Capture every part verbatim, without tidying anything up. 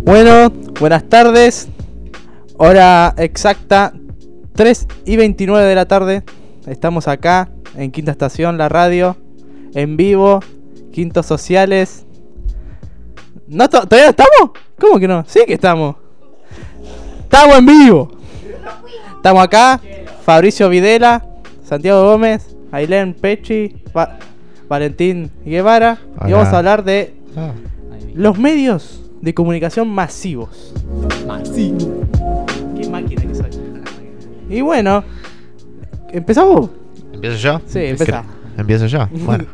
Bueno, buenas tardes. Hora exacta, tres y veintinueve de la tarde. Estamos acá en Quinta Estación, la radio, en vivo, Quintos Sociales. ¿No to- ¿Todavía estamos? ¿Cómo que no? Sí que estamos. Estamos en vivo. Estamos acá, Fabricio Videla, Santiago Gómez, Ailén Pechi, Va- Valentín Guevara. Hola. Y vamos a hablar de Ah. los medios de comunicación masivos. Masivo. Qué máquina que soy. Y bueno, ¿empezamos? ¿Empiezo yo? Sí, empezá. ¿Empiezo yo? Bueno.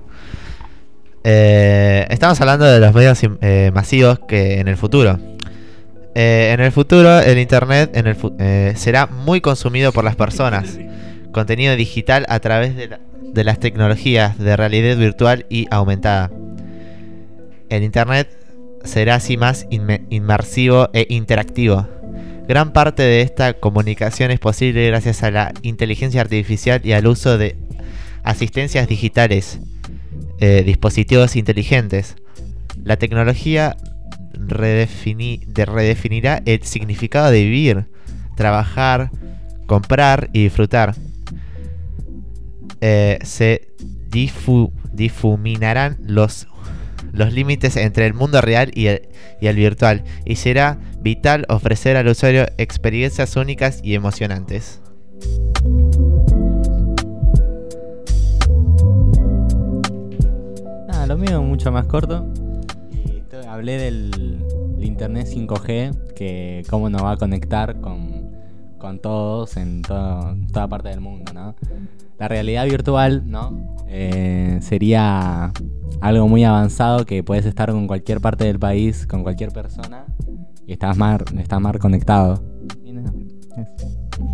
Eh, estamos hablando de los medios eh, masivos que en el futuro. Eh, en el futuro el internet en el fu- eh, será muy consumido por las personas. Contenido digital a través de, la- de las tecnologías de realidad virtual y aumentada. El internet será así más inme- inmersivo e interactivo. Gran parte de esta comunicación es posible gracias a la inteligencia artificial y al uso de asistencias digitales, eh, dispositivos inteligentes. La tecnología redefini- de- redefinirá el significado de vivir, trabajar, comprar y disfrutar. Eh, se difu- difuminarán los los límites entre el mundo real y el, y el virtual, y será vital ofrecer al usuario experiencias únicas y emocionantes. Nada, lo mío es mucho más corto. Y esto- hablé del, del internet cinco G, que cómo nos va a conectar con, con todos en todo- toda parte del mundo, ¿no? La realidad virtual, ¿no? Eh, sería algo muy avanzado que puedes estar con cualquier parte del país, con cualquier persona, y estás más, estás más conectado. Y nada, eso.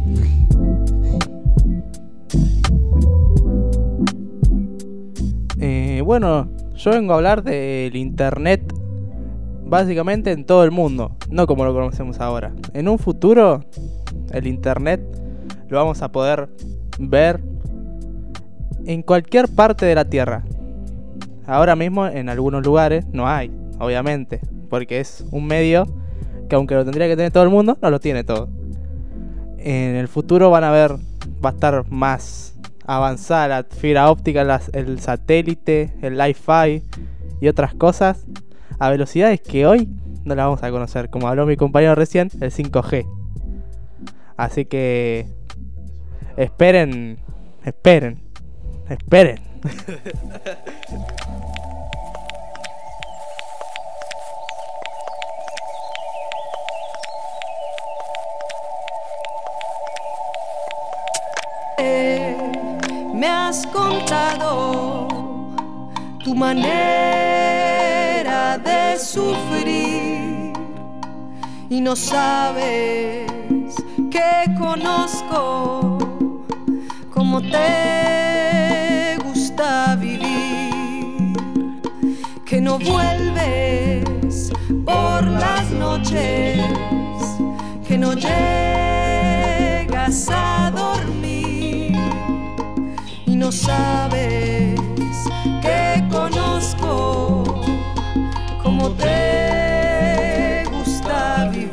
Eh, bueno, yo vengo a hablar del internet básicamente en todo el mundo, no como lo conocemos ahora. En un futuro, el internet lo vamos a poder ver en cualquier parte de la Tierra. Ahora mismo en algunos lugares no hay, obviamente, porque es un medio que aunque lo tendría que tener todo el mundo, no lo tiene todo. En el futuro van a ver, va a estar más avanzada la fibra óptica, las- el satélite, el Wi-Fi y otras cosas a velocidades que hoy no las vamos a conocer, como habló mi compañero recién, el cinco G. Así que esperen, esperen, esperen. Me has contado tu manera de sufrir y no sabes que conozco cómo te gusta vivir, que no vuelves por las noches, que no llegas a dormir. Y no sabes que conozco cómo te gusta vivir.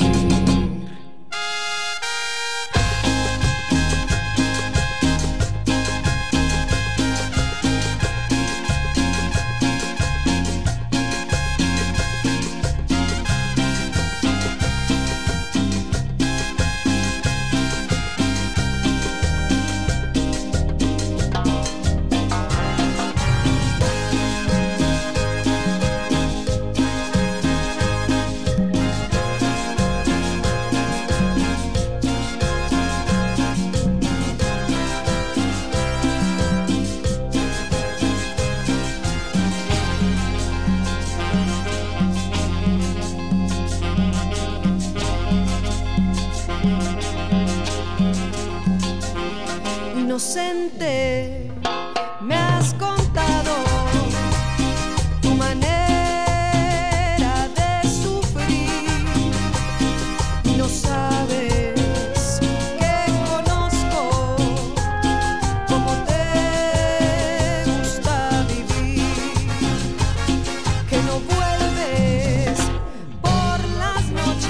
Inocente, me has contado tu manera de sufrir y no sabes que conozco cómo te gusta vivir, que no vuelves por las noches.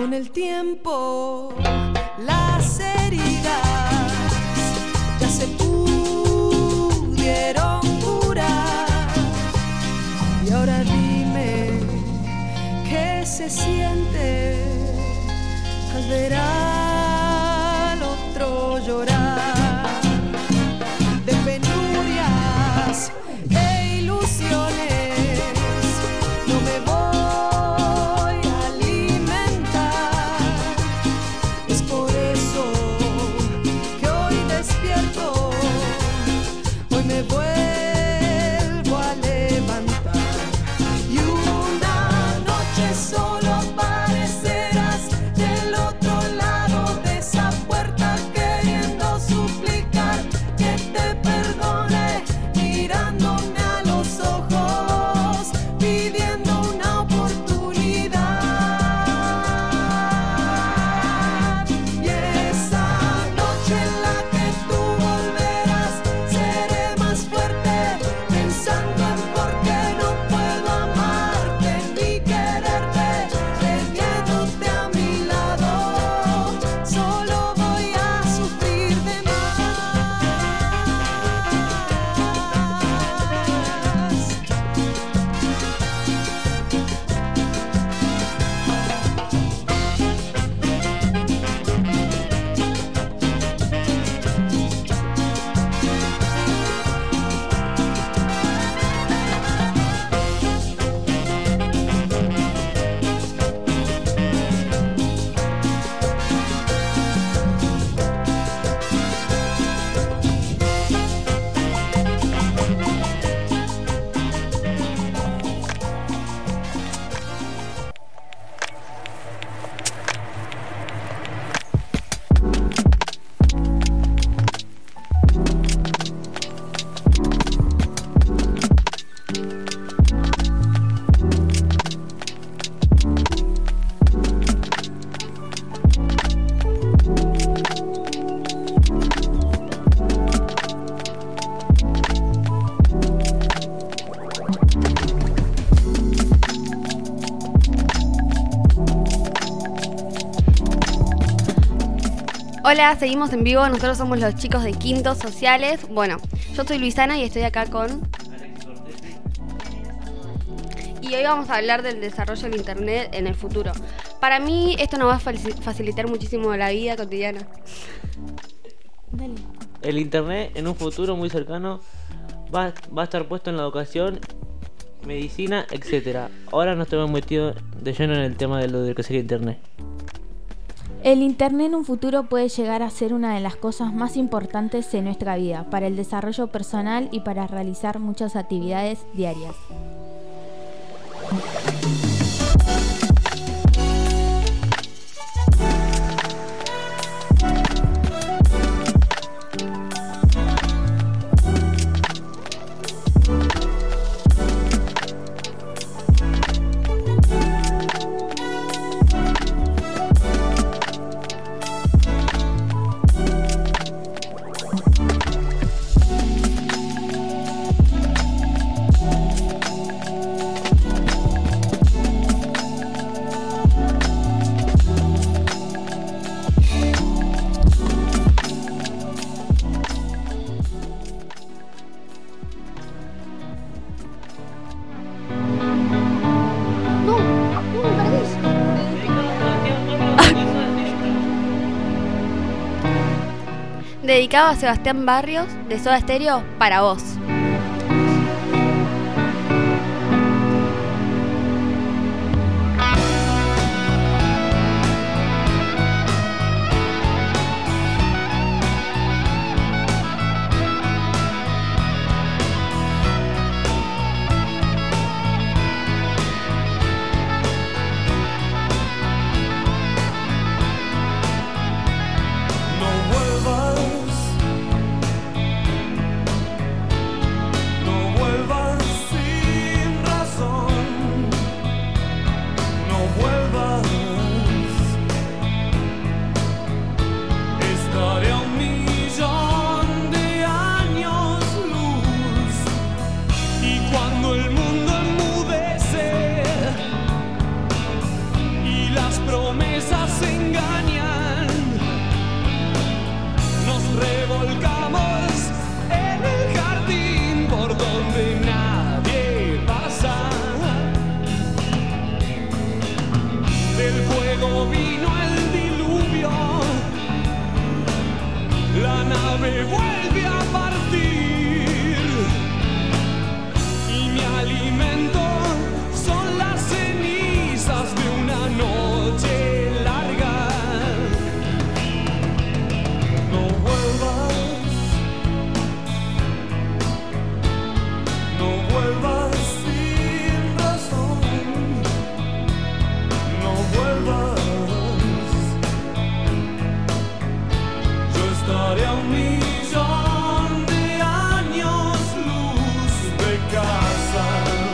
Con el tiempo las heridas ya se pudieron curar. Y ahora dime qué se siente al ver al otro llorar. De penurias e ilusiones no me voy a alimentar. Es por eso que hoy despierto, hoy me vuelvo a levantar. Y una noche solo aparecerás del otro lado de esa puerta, queriendo suplicar que te perdone, mirándome a los ojos, pidiendo una oportunidad. Y esa noche en la que tú volverás, seré más fuerte, pensando en por qué no puedo amarte ni quererte, teniéndote a mi lado, solo voy a sufrir de más. Hola, seguimos en vivo. Nosotros somos los chicos de Quintos Sociales. Bueno, yo soy Luisana y estoy acá con... Y hoy vamos a hablar del desarrollo del internet en el futuro. Para mí esto nos va a faci- facilitar muchísimo la vida cotidiana. Dale. El internet en un futuro muy cercano va, va a estar puesto en la educación, medicina, etcétera. Ahora nos estamos metidos de lleno en el tema de lo de que sería internet. El internet en un futuro puede llegar a ser una de las cosas más importantes en nuestra vida, para el desarrollo personal y para realizar muchas actividades diarias. No, no me perdís. Dedicado a Sebastián Barrios de Soda Stereo para vos. No vuelvas, no vuelvas sin razón, no vuelvas. Estaré a un millón de años luz, y cuando el mundo enmudece y las promesas engañan. Nos revolcamos en el jardín por donde nadie pasa. Del fuego vino el diluvio, la nave vuelve a partir y mi alimento son las cenizas de una noche larga. No vuelvas, no vuelvas sin razón, no vuelvas. Yo estaré a un millón de años luz de casa.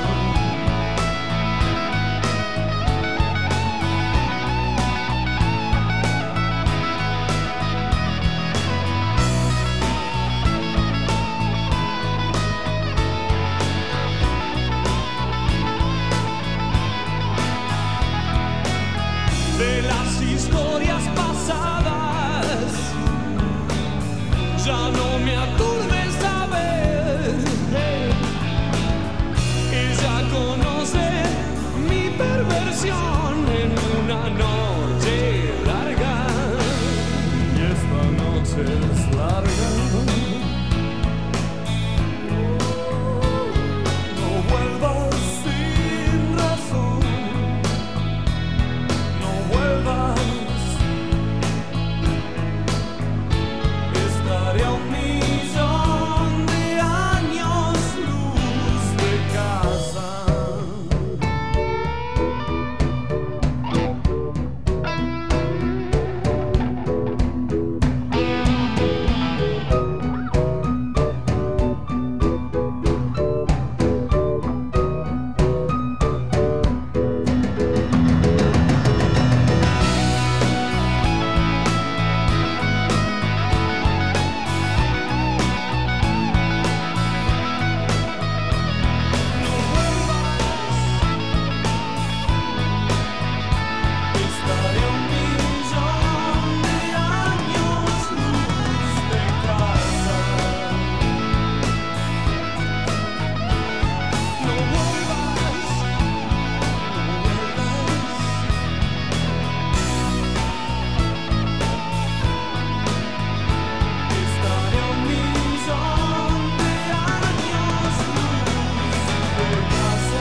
De las historias pasadas ya no me aturde saber. Ella conoce mi perversión en una noche larga y esta noche es larga. No vuelvas sin razón, no vuelvas. Estaré a un millón de años luz de casa. Estaré a un millón de años luz de casa. No vuelvas, no vuelvas. Estaré a un millón de años luz de casa.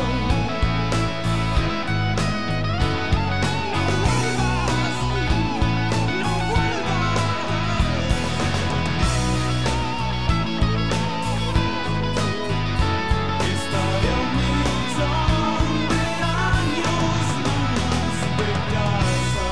No vuelvas, estaré a un millón de años luz de casa.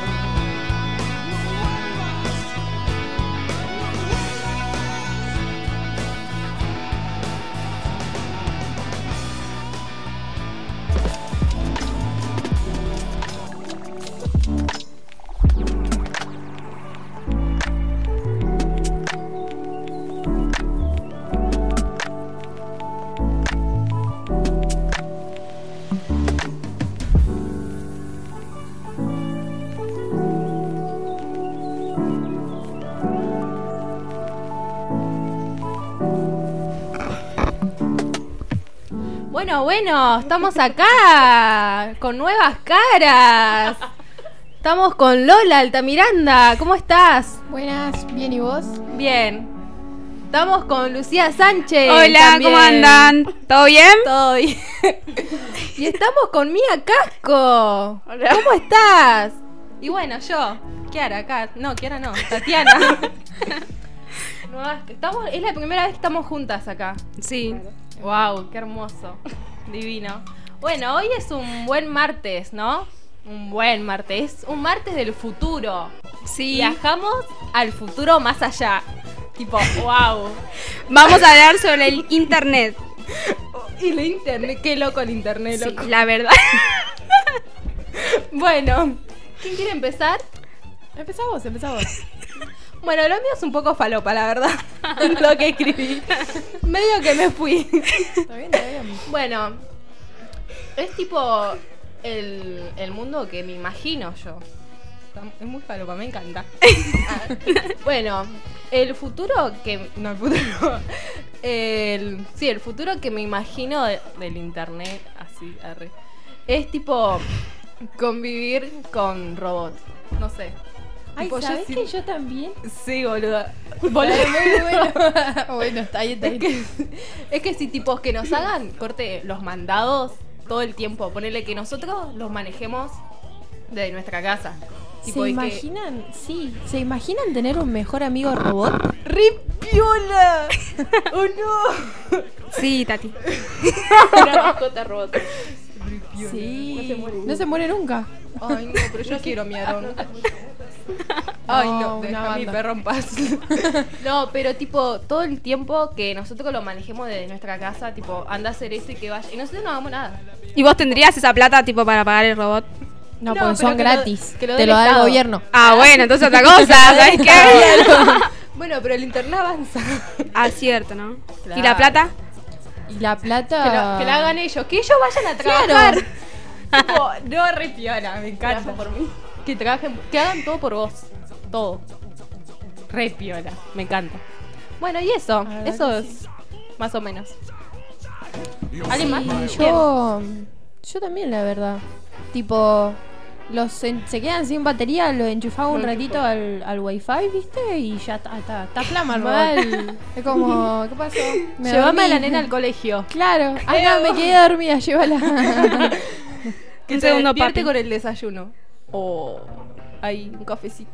Bueno, bueno, estamos acá con nuevas caras. Estamos con Lola Altamiranda. ¿Cómo estás? Buenas, bien, ¿y vos? Bien. Estamos con Lucía Sánchez. Hola, también. ¿cómo andan? ¿Todo bien? Todo bien. Y estamos con Mía Casco. Hola. ¿Cómo estás? Y bueno, yo, Kiara, acá. No, Kiara no, Tatiana. Nuevas- estamos, es la primera vez que estamos juntas acá. Sí. Wow, qué hermoso. Divino. Bueno, hoy es un buen martes, ¿no? Un buen martes. Un martes del futuro. Sí. Viajamos al futuro más allá. Tipo, wow. Vamos a hablar sobre el internet. Y el internet, qué loco el internet, Sí, loco. la verdad. Bueno, ¿quién quiere empezar? Empezá vos, empezá vos. Bueno, lo mío es un poco falopa, la verdad. Lo que escribí. Medio que me fui. Está bien, está bien. Bueno, es tipo el, el mundo que me imagino yo. Es muy falopa, me encanta. Ah, bueno, el futuro que... No, el futuro... El, sí, el futuro que me imagino de- del internet, así, arre, es tipo convivir con robots. No sé. Ay, Tipo, yo ¿sabes sí- que yo también? Sí, boluda. Boludo, muy bueno. Bueno, está ahí, está Es ahí. que, es que si tipo que nos hagan, corte, los mandados todo el tiempo, ponerle que nosotros los manejemos desde nuestra casa. Tipo, ¿Se y que- imaginan? Sí, ¿se imaginan tener un mejor amigo robot? ¡Re piola! ¡Oh no! Sí, Tati. Una mascota robot. Sí. No se muere. No se muere nunca. Ay, no, pero yo quiero mi Aarón. Ay, no, No, una deja a mi banda. perro en paz. No, pero tipo, todo el tiempo que nosotros lo manejemos desde nuestra casa, tipo, anda a hacer eso y que vaya. Y nosotros no hagamos nada. ¿Y vos tendrías esa plata tipo para pagar el robot? No, No, porque pero son que lo- gratis. que lo Te dé lo el da el Estado. gobierno. Ah, bueno, entonces otra cosa, ¿sabes qué? Bueno, pero el internet avanza. Ah, cierto, ¿no? Claro. ¿Y la plata? Y la plata. Que, lo, que la hagan ellos, que ellos vayan a trabajar. Tipo, no re piola, me encanta. Por mí. Que trabajen, que hagan todo por vos. Todo. Re piola, me encanta. Bueno, y eso, verdad eso que es más o menos. ¿Alguien Sí, más? yo. Yo también, la verdad. Tipo. Los en- se quedan sin batería, los enchufaba un Lo ratito enchufo. al, al wifi, ¿viste? Y ya está, está, está flama el Mal. robot. Es como, ¿qué pasó? Me Llévame a la dormí. nena al colegio. Claro. Ah, no, me quedé dormida, llévala. Que Un se segundo, despierte papi. con el desayuno. O hay un cafecito.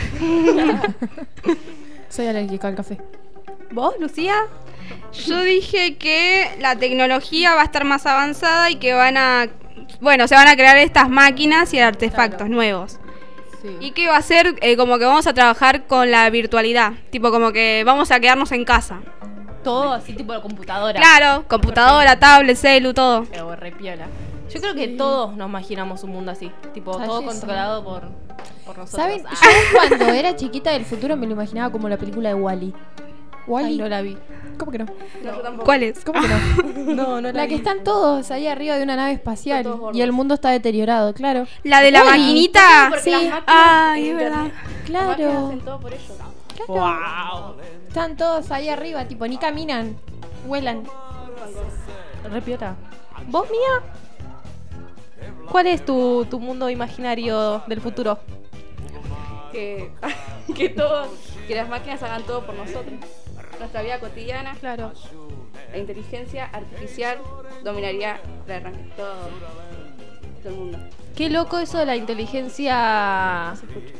Soy alérgica al café. ¿Vos, Lucía? Yo dije que la tecnología va a estar más avanzada y que van a... Bueno, se van a crear estas máquinas y artefactos Claro. nuevos. Sí. Y que va a ser eh, como que vamos a trabajar con la virtualidad. Tipo como que vamos a quedarnos en casa. Todo así tipo de computadora. Claro, computadora, tablet, celu, todo. Pero re piola. Yo creo que todos nos imaginamos un mundo así. Tipo, ¿Sabes todo eso? controlado por, por nosotros. ¿Saben? Ah. Yo cuando era chiquita del futuro me lo imaginaba como la película de Wall-E. ¿Wall-E? Ay, no la vi. ¿Cómo que no? ¿Cuál es? ¿Cómo que no? No, no la, La vi. que están todos ahí arriba de una nave espacial Están todos gordos. y el mundo está deteriorado, claro. La de la Wall-E. maquinita. Porque Sí. las máquinas Ay, en es verdad. internet, las máquinas Claro. hacen todo por ellos. Wow. Están todos ahí arriba, tipo, ni caminan, vuelan. Re piola. ¿Vos, Mía? ¿Cuál es tu, tu mundo imaginario del futuro? Que, que todo, que las máquinas hagan todo por nosotros. Nuestra vida cotidiana, Claro. la inteligencia artificial dominaría la herramienta, todo, todo el mundo. Qué loco eso de la inteligencia.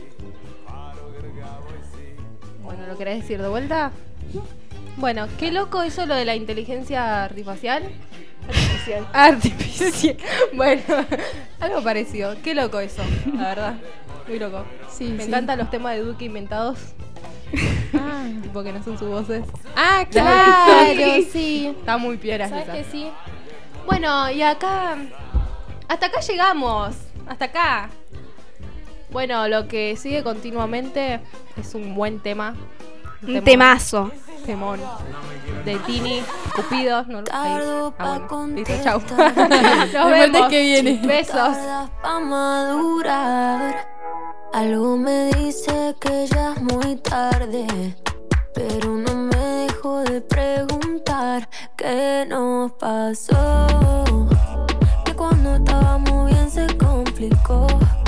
Bueno, ¿lo querés decir de vuelta? Bueno, qué loco eso lo de la inteligencia artificial. Artificial. Artificial. Bueno, algo parecido. Qué loco eso, la verdad. Muy loco. Sí, Me sí. encantan los temas de Duque inventados. Ah, Tipo que no son sus voces. ah claro, Sí. sí. Está muy piola ¿Sabes esa. que sí? Bueno, y acá. Hasta acá llegamos. Hasta acá. Bueno, lo que sigue continuamente es un buen tema. Un temón. temazo. Temón. De Tini, Cupido. No, ahí. Tardo Ah, pa' bueno. Listo, chau. contestar. Nos El martes vemos. que viene. Besos. Tardas pa' madurar. Algo me dice que ya es muy tarde, pero no me dejo de preguntar qué nos pasó. Que cuando estábamos bien se complicó,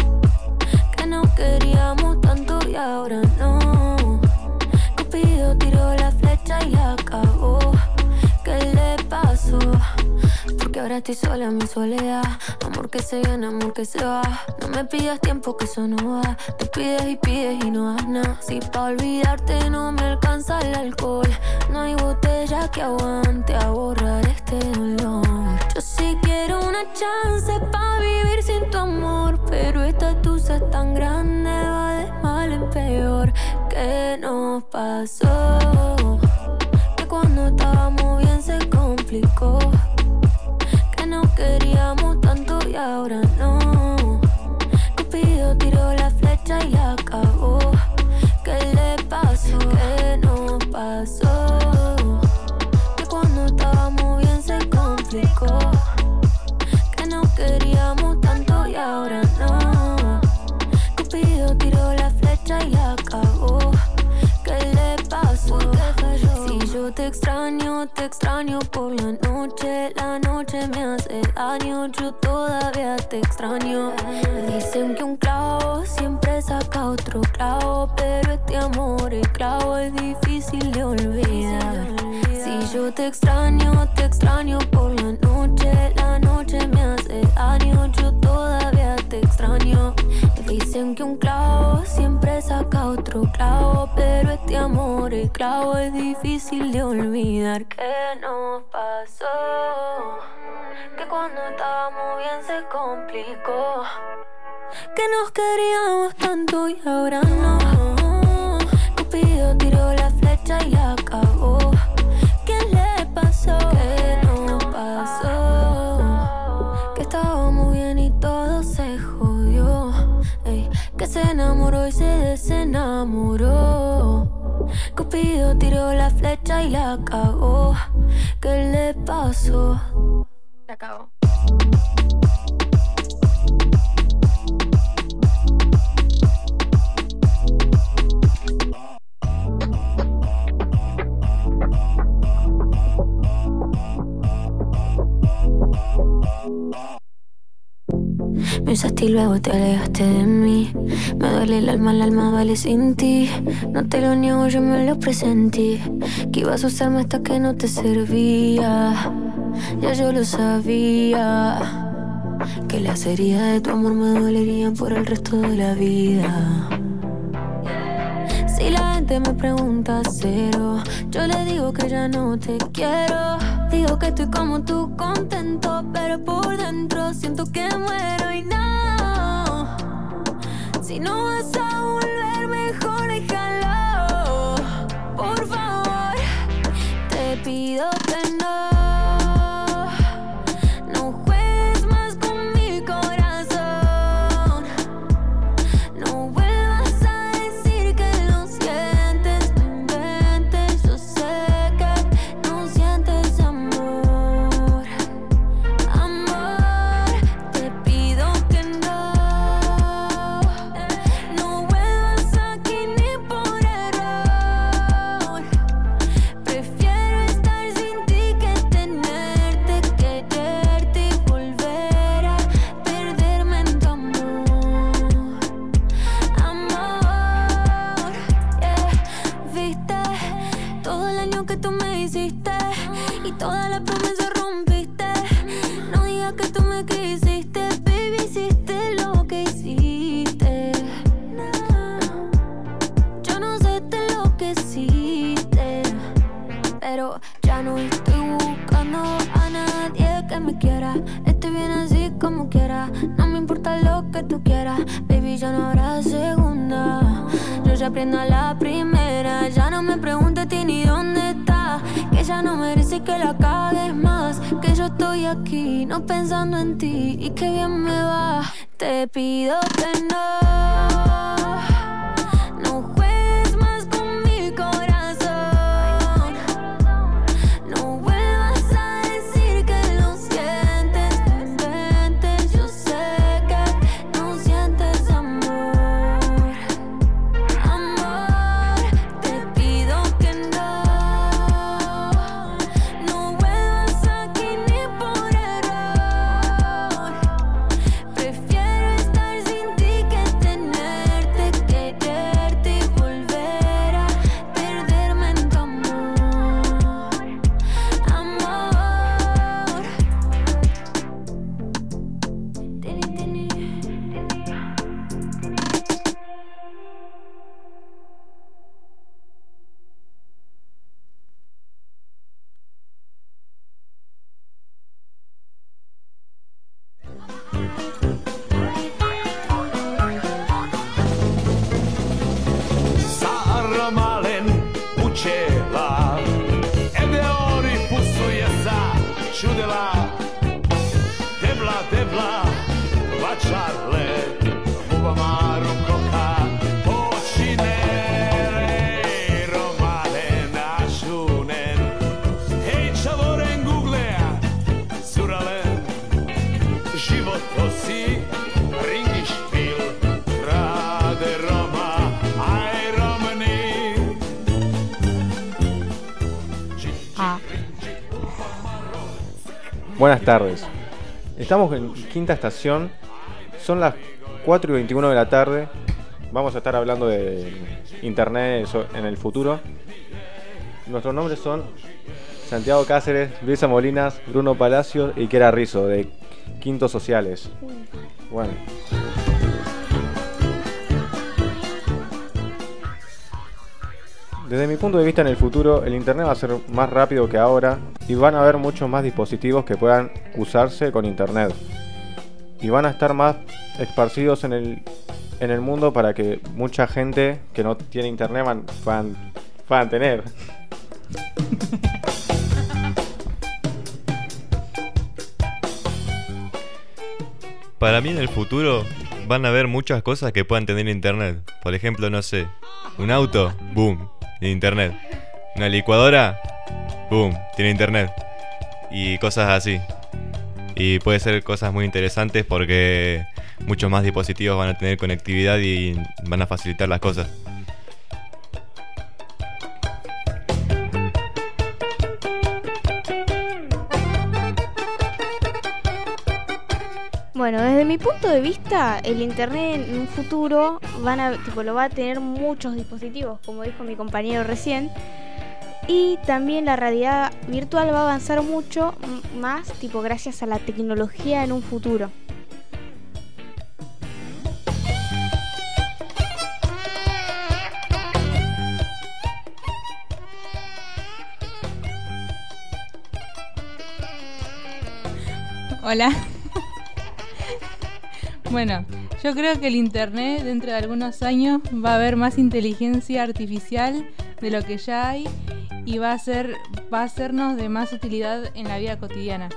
que no queríamos tanto y ahora no. Cupido tiró la flecha y la cagó. ¿Qué le pasó? Porque ahora estoy sola en mi soledad. Amor que se viene, amor que se va. No me pidas tiempo que eso no va. Te pides y pides y no das nada. Si pa' olvidarte no me alcanza el alcohol, no hay botella que aguante a borrar este dolor. Yo sí quiero una chance pa' vivir sin tu amor, pero esta tusa es tan grande, va de mal en peor. ¿Qué nos pasó? Que cuando estábamos bien se complicó, que no queríamos tanto y ahora no. Cupido tiró la flecha y la cagó. ¿Qué le pasó? ¿Qué nos pasó? Que cuando estábamos bien se complicó, que no queríamos tanto y ahora no. Cupido tiró extraño, te extraño por la noche. La noche me hace daño, yo todavía te extraño. Dicen que un clavo siempre saca otro clavo, pero este amor, el clavo es difícil de olvidar. Si yo te extraño, te extraño por la noche. La noche me hace daño, yo todavía te extraño. Dicen que un clavo siempre saca otro clavo, pero este amor, el clavo es difícil de olvidar. ¿Qué nos pasó? Que cuando estábamos bien se complicó. Que nos queríamos tanto y ahora no. Cupido tiró la flecha y la cagó. ¿Qué le pasó? ¿Qué nos pasó? Que estábamos bien y todo se jodió. Ey, que se enamoró y se desenamoró. Cupido tiró la flecha y la cagó. ¿Qué le pasó? La cagó. Me usaste y luego te alejaste de mí. Me duele el alma, el alma vale sin ti. No te lo niego, yo me lo presentí. Que ibas a usarme hasta que no te servía. Ya yo lo sabía. Que las heridas de tu amor me dolerían por el resto de la vida. Si la gente me pregunta cero, yo le digo que ya no te quiero. Digo que estoy como tú, contento, pero por dentro siento que muero y no. Si no vas a volver, mejor déjalo. Por favor, te pido que no. No juegues más con mi corazón. No vuelvas a decir que lo sientes. No inventes, yo sé que no sientes amor. Amor, te pido que no. No vuelvas aquí ni por error. Prefiero estar sin ti que tenerte, quererte y volver a perderme en tu amor. Amor, yeah. Viste todo el año que tú me hiciste y todas las promesas rompiste. No digas que tú me quisiste, baby, hiciste lo que hiciste. No, yo no sé de lo que hiciste, pero ya no estoy buscando a nadie que me quiera. Estoy bien así como quiera. No me importa lo que tú quieras, baby, ya no habrá segunda. Yo ya aprendo a la primera. Ya no me preguntes a ti ni dónde estás, que ya no merece que la cagues más. Que yo estoy aquí, no pensando en ti, y que bien me va. Te pido que no. No juegues más con mi corazón. No vuelvas a decir que lo sientes. No inventes, yo sé que no sientes amor. Amor, te pido que no. No vuelvas aquí ni por error. Prefiero estar sin ti que Buenas tardes. Estamos en Quinta Estación. Son las cuatro y veintiuno de la tarde. Vamos a estar hablando de internet en el futuro. Nuestros nombres son Santiago Cáceres, Luisa Molinas, Bruno Palacios y Kera Rizzo, de Quintos Sociales. Bueno. Desde mi punto de vista, en el futuro el internet va a ser más rápido que ahora y van a haber muchos más dispositivos que puedan usarse con internet. Y van a estar más esparcidos en el, en el mundo para que mucha gente que no tiene internet van, van, van a tener. Para mí en el futuro van a haber muchas cosas que puedan tener internet. Por ejemplo, no sé, un auto, boom, tiene internet. Una licuadora, boom, tiene internet. Y cosas así. Y puede ser cosas muy interesantes porque muchos más dispositivos van a tener conectividad y van a facilitar las cosas. Bueno, desde mi punto de vista, el internet en un futuro van a, tipo, lo va a tener muchos dispositivos, como dijo mi compañero recién. Y también la realidad virtual va a avanzar mucho m- más, tipo, gracias a la tecnología en un futuro. Hola. Bueno, yo creo que el internet dentro de algunos años va a haber más inteligencia artificial de lo que ya hay y va a ser, va a sernos de más utilidad en la vida cotidiana.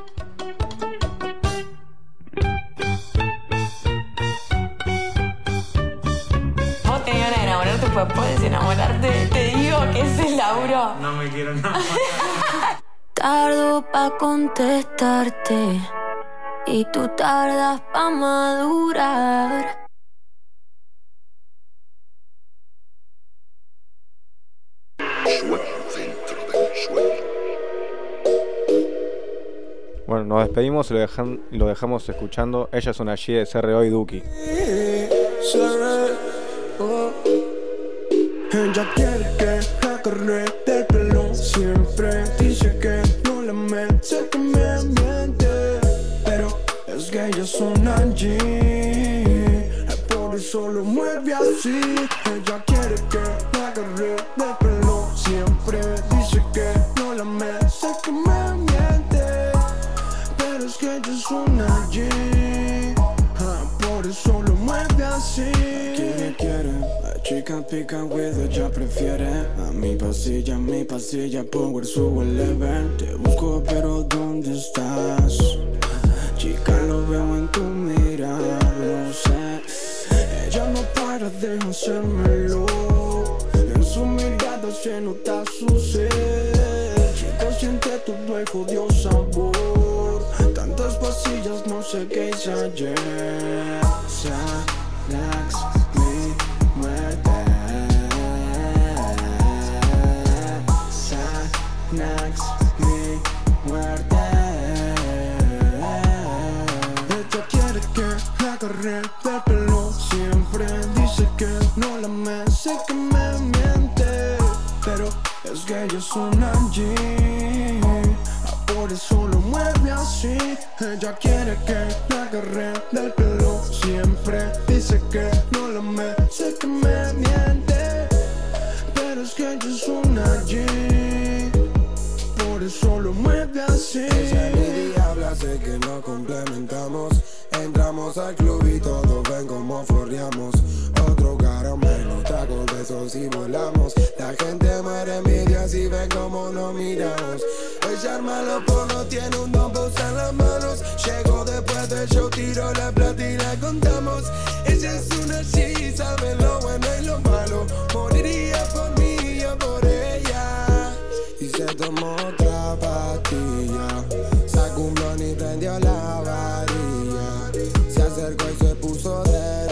Vos tenías ganas de enamorarte, pues puedes enamorarte. Te digo que ese es Lauro. No me quiero enamorar. Tardo pa' contestarte y tú tardas pa' madurar. Bueno, nos despedimos y lo, dejan, y lo dejamos escuchando. Ella es una G de C R O y Duki. Ella quiere que la agarre del pelo. Siempre dice que no la me, sé que me miente, pero es que ella es una G, por eso lo mueve así. Ella quiere que la agarre del pelo. Siempre dice que no la me, sé que me miente, pero es que ella es una G, por eso lo mueve así. Quiere, quiere, la chica pica with ella prefiere. A mi pasilla, mi pasilla, power sube el level. Te busco pero ¿dónde estás? Chica, lo veo en tu mirada, lo sé. Ella no para de hacérmelo. En su mirada se nota su ser. Chico, siente todo el jodido sabor. Tantas pasillas, no sé qué hice ayer. Relax, mi muerte. Xanax, mi muerte. Ella quiere que la agarre del pelo. Siempre dice que no la me, sé que me miente, pero es que ella es una G, por eso lo mueve así. Ella quiere que la agarre del pelo. Siempre dice que no la me, sé que me miente, pero es que ella es una G, por eso lo mueve así. Ella es mi diabla, sé que nos complementamos. Entramos al club y todos ven como forreamos. Otro caramelo, trago besos y volamos. La gente muere envidia si ven como nos miramos. Ella arma los pornos, tiene un don para usar las manos. Llegó después del show, tiró la plata y la contamos. Ella es una G, sabe lo bueno y lo malo. Moriría por mí, yo por ella. Y se tomó otra pastilla. Sacó un blon y prendió la varilla. Se acercó y se puso de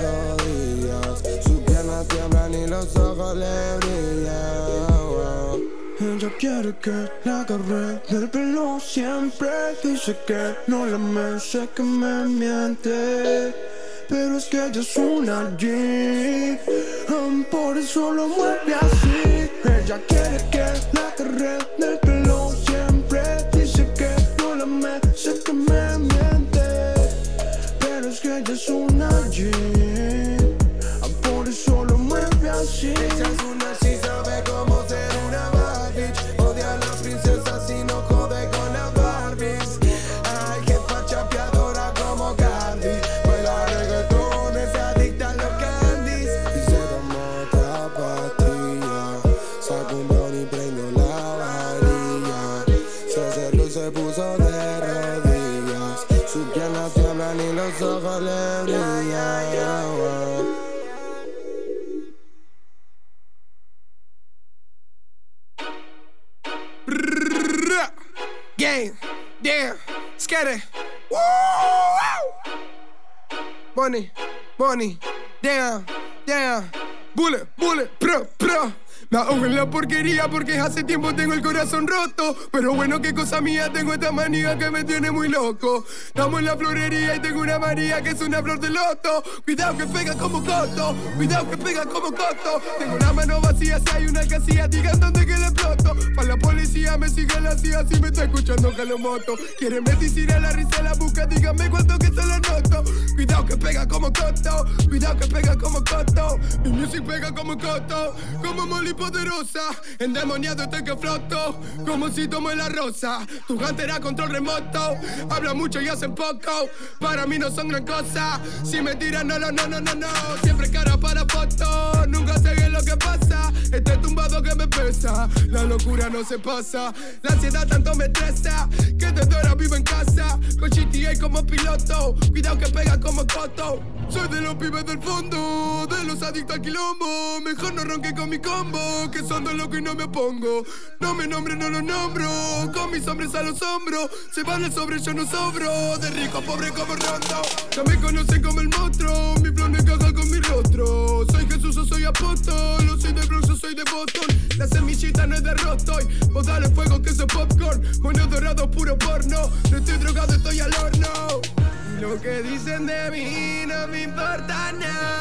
rodillas. Sus piernas tiemblan y los ojos le brillan. Ella Ella quiere que la agarre del pelo siempre. Dice que no la me, sé que me miente, pero es que ella es una G, um, por eso lo mueve así. Ella quiere que la agarre del pelo siempre. Dice que no la me, sé que me miente, pero es que ella es una G, um, por eso lo mueve así. Ella es una G, sabe cómo ser una bad bitch. Odia a las princesas y no jode con las Barbies. Ay, jefa chapeadora como Candy. Baila reggaetón, es adicta a los candies. Y se toma otra pastilla. Sacó un brownie y prendió la varilla. Se acercó y se puso de rodillas. Sus piernas tiemblan y los ojos le brillan. Gang, damn, scatter. Woo! Money, money, damn, damn. Bullet, bullet, pro, pro. Me ahogo en la porquería porque hace tiempo tengo el corazón roto. Pero bueno, qué cosa mía, tengo esta manía que me tiene muy loco. Estamos en la florería y tengo una María que es una flor de loto. Cuidado que pega como coto, cuidado que pega como coto. Tengo la mano vacía, si hay una casilla, digan dónde que le exploto. Para la policía me sigue la C I A, si me está escuchando Jalomoto. Quieren medicina, la risa la busca, díganme cuánto que se la noto. Cuidado que pega como coto, cuidado que pega como coto. Mi music pega como coto, como Molly poderosa, endemoniado estoy que floto, como si tomo la rosa. Tu gantera control remoto, habla mucho y hacen poco, para mí no son gran cosa. Si me tiran no, no, no, no, no, no. Siempre cara para foto, nunca sé qué lo que pasa. Estoy tumbado que me pesa, la locura no se pasa. La ansiedad tanto me estresa, que desde ahora vivo en casa, con G T A como piloto. Cuidado que pega como coto. Soy de los pibes del fondo, de los adictos al quilombo. Mejor no ronque con mi combo, que son de loco y no me opongo. No me nombre, no lo nombro, con mis hombres a los hombros. Se van el sobre, yo no sobro, de rico pobre como Rondo. Ya me conocen como el monstruo, mi flow no encaja con mi rostro. Soy Jesús o soy apóstol, no soy de Bronx, yo soy de Boston. La semillita no es de Rostoy, vos dale fuego que soy popcorn. Mono dorado, puro porno, no estoy drogado, estoy al horno. Y lo que dicen de mí no me importa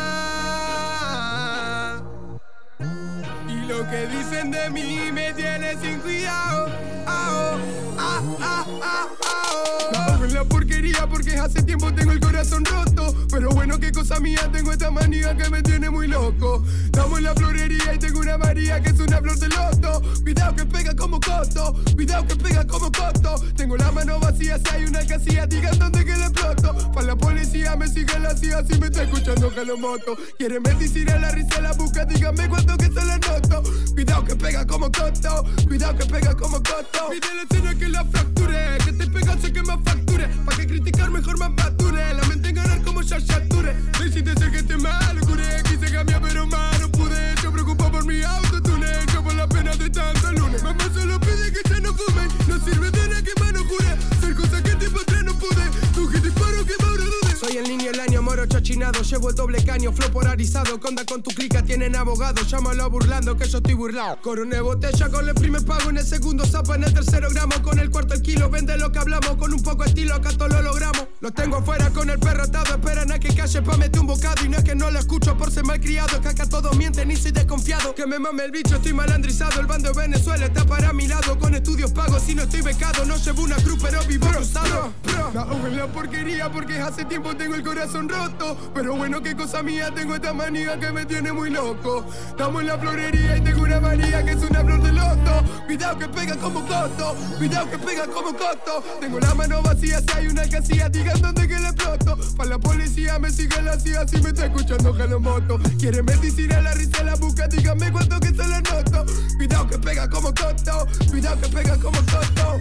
nada. Y lo que dicen de mí me tiene sin cuidado. Ah, oh, ah, ah, ah, ah, Me ahogo en la porquería porque hace tiempo tengo el corazón roto. Pero bueno, qué cosa mía, tengo esta manía que me tiene muy loco. Estamos en la florería y tengo una María que es una flor de loto. Cuidado que pega como coto, cuidado que pega como coto. Tengo la mano vacía, si hay una casilla, digan dónde que le exploto. Para la policía me sigue la C I A, si me está escuchando Jalomoto. Quieren medicina, la risa la busca, díganme cuánto que se la noto. Cuidado que pega como coto, cuidado que pega como coto. Pide la escena que la fracture, que te pega sé que me facture. Pa' que criticar mejor más mature, la mente en ganar como Yaya Toure. Decidí ser que te mal, curé, quise cambiar pero mal no pude. Yo preocupo por mi autotune, yo por la pena de tanto lunes. Mamá solo pide que ya no fume, no sirve de nada que más no jure. Ser cosa que tiempo atrás no pude, tú que disparo que ahora dude. Soy el niño el año, moro chachinado, llevo el doble caño, flow polarizado. Conda con tu clica, tienen abogado, llámalo burlando que yo estoy burlado. Coroné botella con el primer pago, en el segundo zapa, en el tercero gramo, con el cuarto el kilo, vende lo que hablamos, con un poco de estilo acá todo lo logramos. Los tengo afuera con el perro atado, esperan a que calle pa' meter un bocado. Y no es que no lo escucho por ser malcriado, es que acá todos mienten y soy desconfiado. Que me mame el bicho, estoy malandrizado, el bando de Venezuela está para mi lado. Con estudios pagos y no estoy becado, no llevo una cruz pero vivo cruzado. Me ahogo en la porquería porque hace tiempo tengo el corazón roto. Pero bueno, qué cosa mía, tengo esta manía que me tiene muy loco. Estamos en la florería y tengo una María que es una flor de loto. Cuidado que pega como coto, cuidado que pega como coto. Tengo la mano vacía, si hay una casilla, digan dónde que le exploto. Para la policía me sigue la C I A, si me está escuchando Jalomoto. Quieren medicina, la risa la busca, díganme cuánto que se la noto. Cuidado que pega como coto, cuidado que pega como coto.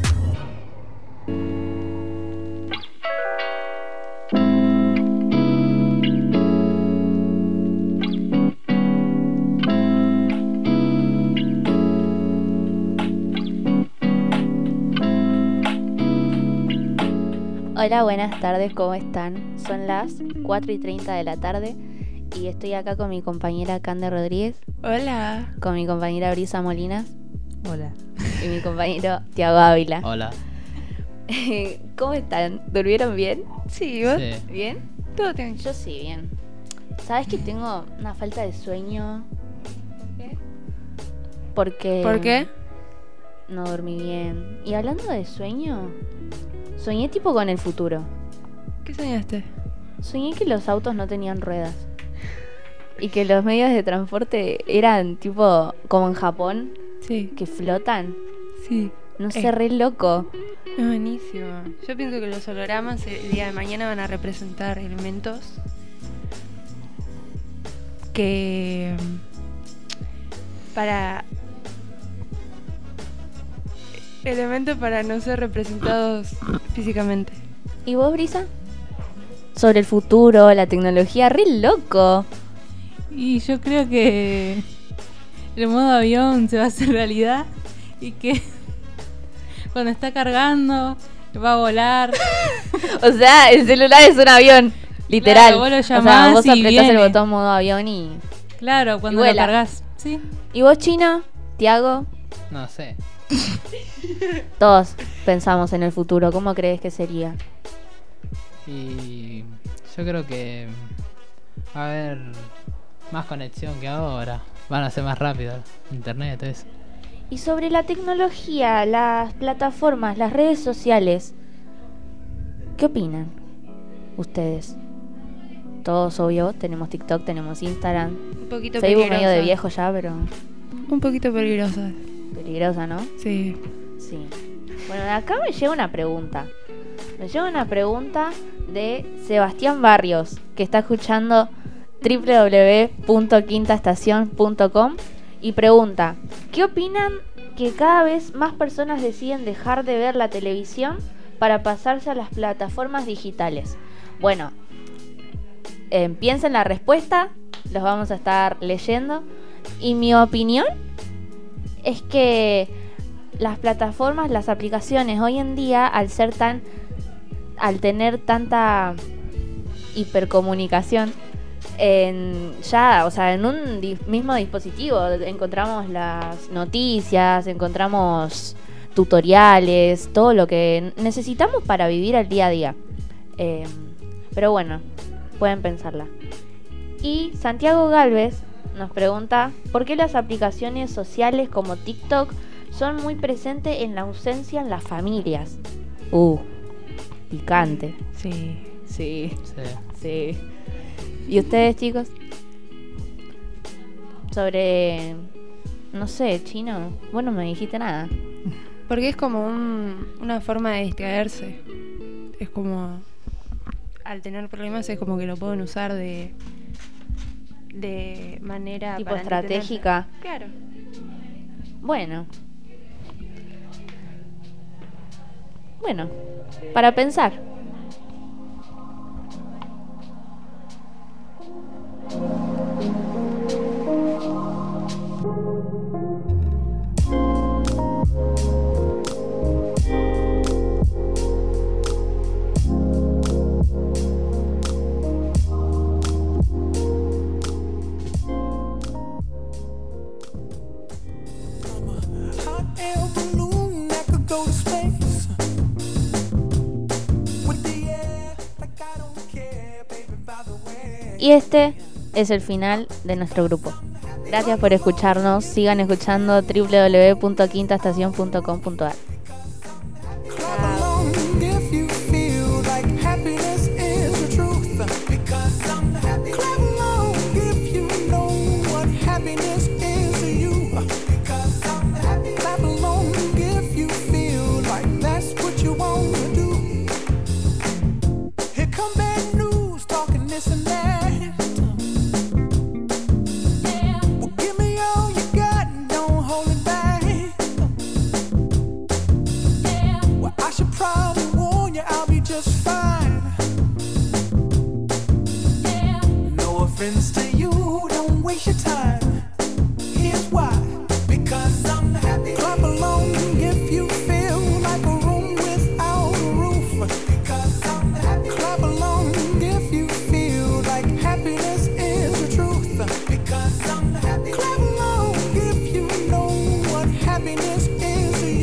Hola, buenas tardes, ¿cómo están? Son las cuatro y treinta de la tarde y estoy acá con mi compañera Cande Rodríguez. Hola. Con mi compañera Brisa Molinas. Hola. y mi compañero Tiago Ávila. Hola. ¿Cómo están? ¿Durmieron bien? Sí, ¿vos? Sí. ¿Bien? Todo bien. Yo sí, bien. ¿Sabes que tengo una falta de sueño? ¿Qué? Porque... ¿Por qué? No dormí bien. Y hablando de sueño, soñé tipo con el futuro. ¿Qué soñaste? Soñé que los autos no tenían ruedas. Y que los medios de transporte eran tipo como en Japón. Sí. Que flotan. Sí. No sé, Eh. re loco. Es buenísimo. Yo pienso que los hologramas el día de mañana van a representar elementos que para elementos para no ser representados físicamente. ¿Y vos, Brisa? Sobre el futuro, la tecnología, re loco. Y yo creo que el modo avión se va a hacer realidad y que cuando está cargando va a volar. O sea, el celular es un avión, literal. Claro, vos lo o sea, llamás vos y apretás el viene. botón modo avión y... Claro, y cuando lo vuela. cargas. Sí. ¿Y vos, Chino? ¿Tiago? No sé. Todos pensamos en el futuro. ¿Cómo crees que sería? Y yo creo que va a haber más conexión que ahora. Van a ser más rápido internet, todo eso. Y sobre la tecnología, las plataformas, las redes sociales, ¿qué opinan ustedes? Todos, obvio, tenemos TikTok, tenemos Instagram. Un poquito Facebook medio peligrosa. de viejo ya, pero Un poquito peligrosa. peligrosa, ¿no? Sí. Sí. Bueno, de acá me llega una pregunta. Me llega una pregunta de Sebastián Barrios, que está escuchando doble u doble u doble u punto quinta estación punto com y pregunta: ¿qué opinan que cada vez más personas deciden dejar de ver la televisión para pasarse a las plataformas digitales? Bueno, eh, piensen la respuesta, los vamos a estar leyendo. Y mi opinión es que las plataformas, las aplicaciones hoy en día, al ser tan, al tener tanta hipercomunicación, en ya, o sea, en un di- mismo dispositivo encontramos las noticias, encontramos tutoriales, todo lo que necesitamos para vivir el día a día. Eh, pero bueno, pueden pensarla. Y Santiago Galvez nos pregunta: ¿por qué las aplicaciones sociales como TikTok son muy presentes en la ausencia en las familias? Uh, picante. Sí. Sí. Sí. Sí. ¿Y ustedes, chicos? Sobre... no sé, Chino. Vos no me dijiste nada. Porque es como un- una forma de distraerse. Es como... al tener problemas es como que lo pueden usar de... de manera... Tipo para estratégica. entretenerse. Claro. Bueno. Bueno, para pensar. Hot air balloon that could go to space. With the air, like I don't care, baby, by the way. Y este es el final de nuestro grupo. Gracias por escucharnos. Sigan escuchando doble u doble u doble u punto quinta estación punto com punto a r. Clap along if you feel like happiness is the truth. Because I'm happy. Clap along if you know what happiness is to you. Because I'm happy. Clap along if you feel like that's what you want to do. Here come bad news, talking this and that. Well, give me all you got and don't hold it back. Well, I should probably warn you, I'll be just fine. No offense to you, don't waste your time. Here's why. Because I'm happy. Clap along if you feel like a room without a roof. Because I'm happy. Clap along if you feel like happiness is the truth. Because I'm happy. Clap along if you know what happiness is to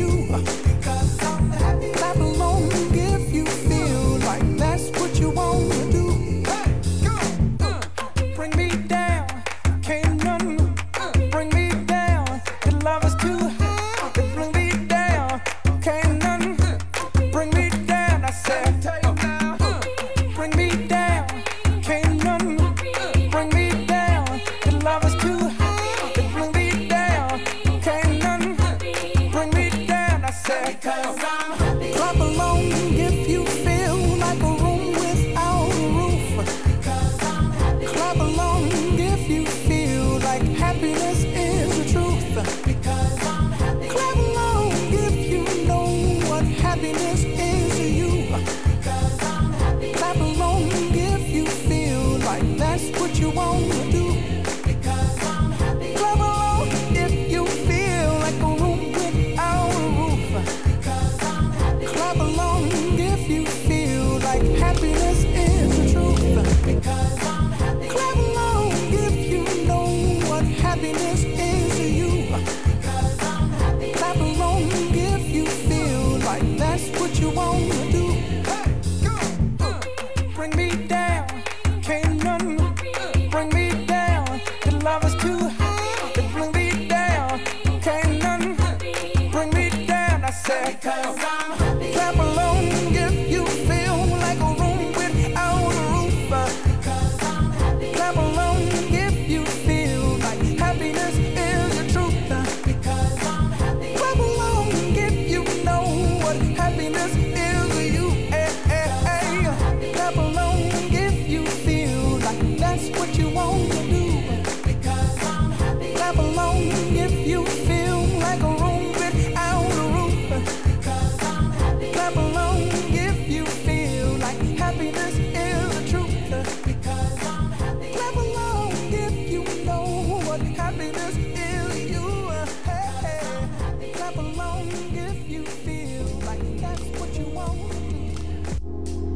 love is too high to bring me down. Can't nothing bring me down. I said, cause I'm happy. Clap along if you feel like a room without a roof. Because I'm happy. Clap along if you feel like happiness is the truth. Because I'm happy. Clap along if you know what happiness is to you. Eh, eh, eh. Clap along if you feel like that's what you want to do. Because I'm happy. Clap along if you feel like a room without a roof. Because I'm happy. Clap along if you feel like happiness is the truth. Because I'm happy. Clap along if you know what happiness is to you. Hey, hey. Clap along if you feel like that's what you want to do.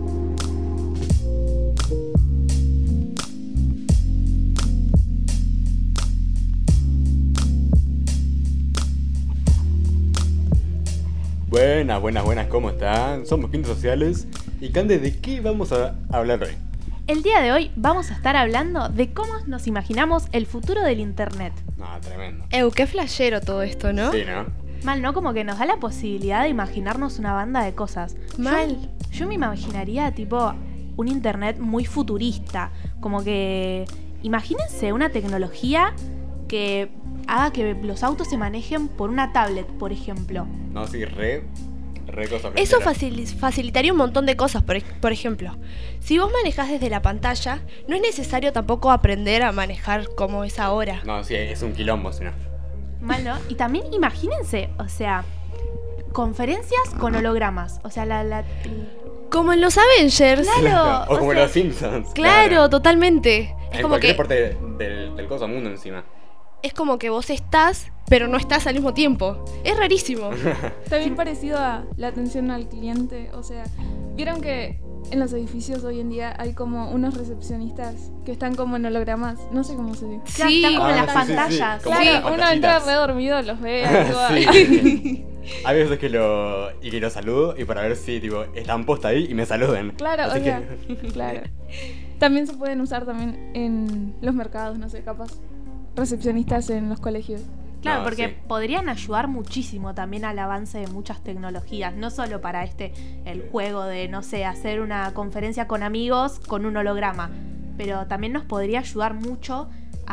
Buenas, buenas, buenas, ¿cómo están? Somos Quintas Sociales. Y Cande, ¿de qué vamos a hablar hoy? El día de hoy vamos a estar hablando de cómo nos imaginamos el futuro del internet. No, tremendo. Eu, qué flashero todo esto, ¿no? Sí, ¿no? Mal, ¿no? Como que nos da la posibilidad de imaginarnos una banda de cosas. Mal. Yo, yo me imaginaría tipo un internet muy futurista. Como que imagínense una tecnología que haga que los autos se manejen por una tablet, por ejemplo. No, sí, re, re cosas. Eso facil- facilitaría un montón de cosas, por, ej- por ejemplo, si vos manejás desde la pantalla, no es necesario tampoco aprender a manejar como es ahora. No, sí, es un quilombo, si no. Mal, ¿no? Y también imagínense, o sea, conferencias con hologramas. O sea, la... la Como en los Avengers. Claro. O como o en sea, los Simpsons. Claro, totalmente. Es En como cualquier que parte de- del, del coso mundo encima. es como que vos estás, pero no estás al mismo tiempo. Es rarísimo. También parecido a la atención al cliente. O sea, vieron que en los edificios hoy en día hay como unos recepcionistas que están como en hologramas. No sé cómo se dice. Sí. Están como en Ah, las sí, sí, sí. pantallas. Como Claro, las uno pantallitas. entra re dormido, los ve. ahí, Sí. Hay veces que lo y que lo saludo y para ver si tipo están posta ahí y me saluden. Claro, Así o que- sea, claro. También se pueden usar también en los mercados, no sé, capaz. Recepcionistas en los colegios. Claro, No, porque sí. podrían ayudar muchísimo también al avance de muchas tecnologías, no solo para este, el juego de, no sé, hacer una conferencia con amigos con un holograma, pero también nos podría ayudar mucho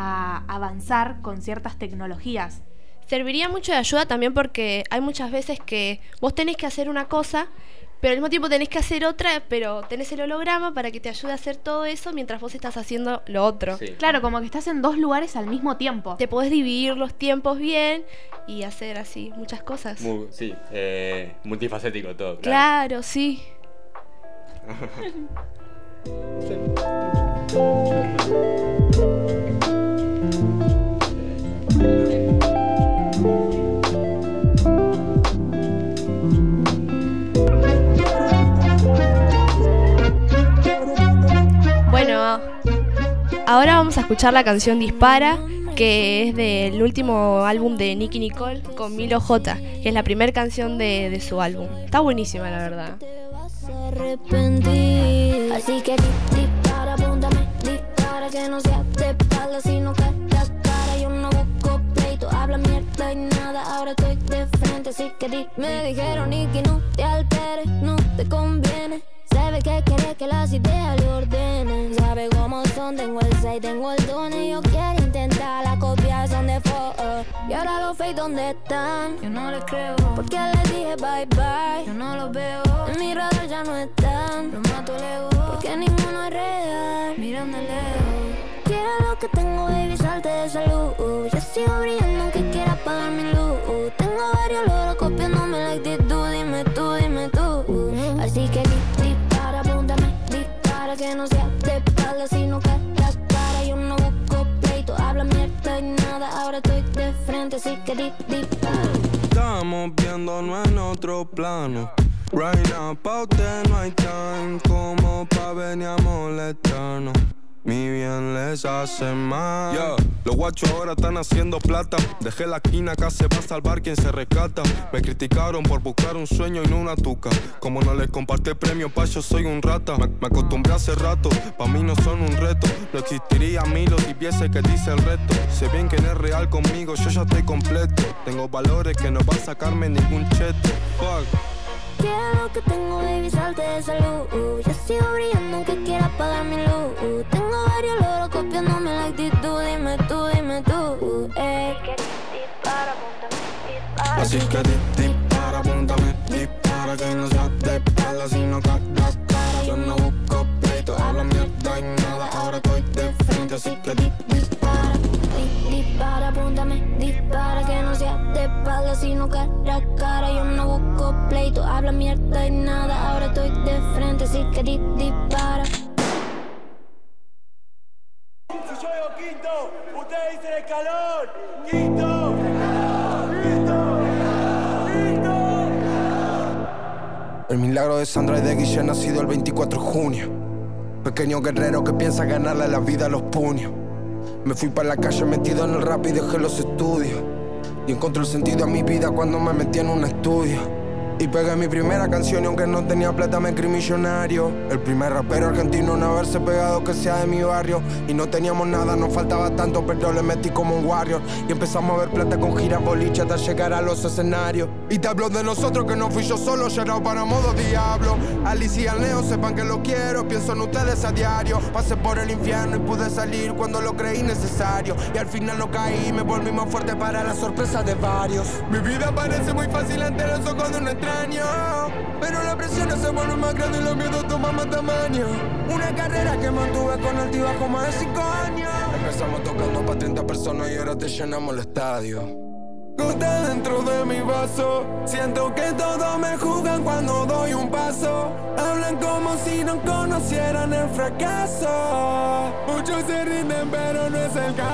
a avanzar con ciertas tecnologías. Serviría mucho de ayuda también porque hay muchas veces que vos tenés que hacer una cosa, pero al mismo tiempo tenés que hacer otra, pero tenés el holograma para que te ayude a hacer todo eso mientras vos estás haciendo lo otro. Sí. Claro, como que estás en dos lugares al mismo tiempo. Te podés dividir los tiempos bien y hacer así muchas cosas. Mu- sí, eh, multifacético todo, claro. Claro, sí. Bueno, ahora vamos a escuchar la canción Dispara, que es del último álbum de Nicki Nicole con Milo J, que es la primera canción de, de su álbum. Está buenísima, la verdad. arrepentir. Así que di- dispara, apúntame, dispara, que no sea de espalda, sino que la cara. Yo no busco pleito, habla mierda y nada, ahora estoy de frente, así que di. Me dijeron y que no te alteres, no te conviene. Sabe que quiere que las ideas le ordenen. Sabe cómo son, tengo el seis, tengo el don. Y yo quiero intentar la copia, son de foto. Y ahora los fake, ¿dónde están? Yo no les creo, porque les dije bye bye. Yo no los veo, en mi radar ya no están. Los mato lejos, porque ninguno es real. Miran de lejos. Quiero lo que tengo, baby, salte de salud. Yo sigo brillando aunque quiera apagar mi luz. Tengo varios loros copiándome la actitud. Dime tú, dime tú. Así que di, dispara, apúntame, dispara, que no sea de espalda, sino que la cara. Yo no busco pleito, habla mierda y nada, ahora estoy de frente, así que di, dispara. Estamos viéndonos en otro plano. Right now, pa' usted no hay time, como pa' venir a molestarnos. mi bien les hace mal. Yo, los guachos ahora están haciendo plata. Dejé la esquina, acá se va a salvar quien se rescata. Me criticaron por buscar un sueño y no una tuca. Como no les compartí el premio, pa' yo soy un rata. Me, me acostumbré hace rato, pa' mí no son un reto. No existiría Milo si viese que dice el resto. Sé bien que no es real conmigo, yo ya estoy completo. Tengo valores que no va a sacarme ningún cheto. Fuck. Quiero que tengo, baby, salte de salud. Yo sigo brillando aunque quiera apagar mi luz. Tengo varios logros copiándome la actitud. Dime tú, dime tú. Eh. Dispara, apúntame, dispara. Así que di, dispara, apúntame, dispara. Que no sea de espalda, sino cara a cara. Yo no busco pleito, hablo mierda y nada. Ahora estoy de frente, así que di, dispara. Di, dispara, apúntame, dispara. Que no sea de espalda, sino cara a cara. Yo no busco pleito, habla mierda y nada. Ahora estoy de frente, así que di, dispara. Si yo digo quinto, ustedes dicen escalón. Quinto, quinto, quinto. El milagro de Sandra y de Guille nacido el veinticuatro de junio. Pequeño guerrero que piensa ganarle la vida a los puños. Me fui para la calle metido en el rap y dejé los estudios. Y encontré el sentido a mi vida cuando me metí en un estudio. Y pegué mi primera canción y aunque no tenía plata me creí millonario. El primer rapero argentino en haberse pegado que sea de mi barrio. Y no teníamos nada, nos faltaba tanto, pero le metí como un warrior. Y empezamos a ver plata con giras boliche hasta llegar a los escenarios. Y te hablo de nosotros que no fui yo solo, llegado para modo diablo. Alice y al Neo sepan que lo quiero, pienso en ustedes a diario. Pasé por el infierno y pude salir cuando lo creí necesario. Y al final no caí, me volví más fuerte para la sorpresa de varios. Mi vida parece muy fácil ante los ojos de un extraño, pero la presión se vuelve más grande y los miedos toman más tamaño. Una carrera que mantuve con altibajo más de cinco años. Empezamos tocando para treinta personas y ahora te llenamos el estadio. Gota dentro de mi vaso, siento que todos me juzgan cuando doy un paso. Hablan como si no conocieran el fracaso. Muchos se rinden pero no es el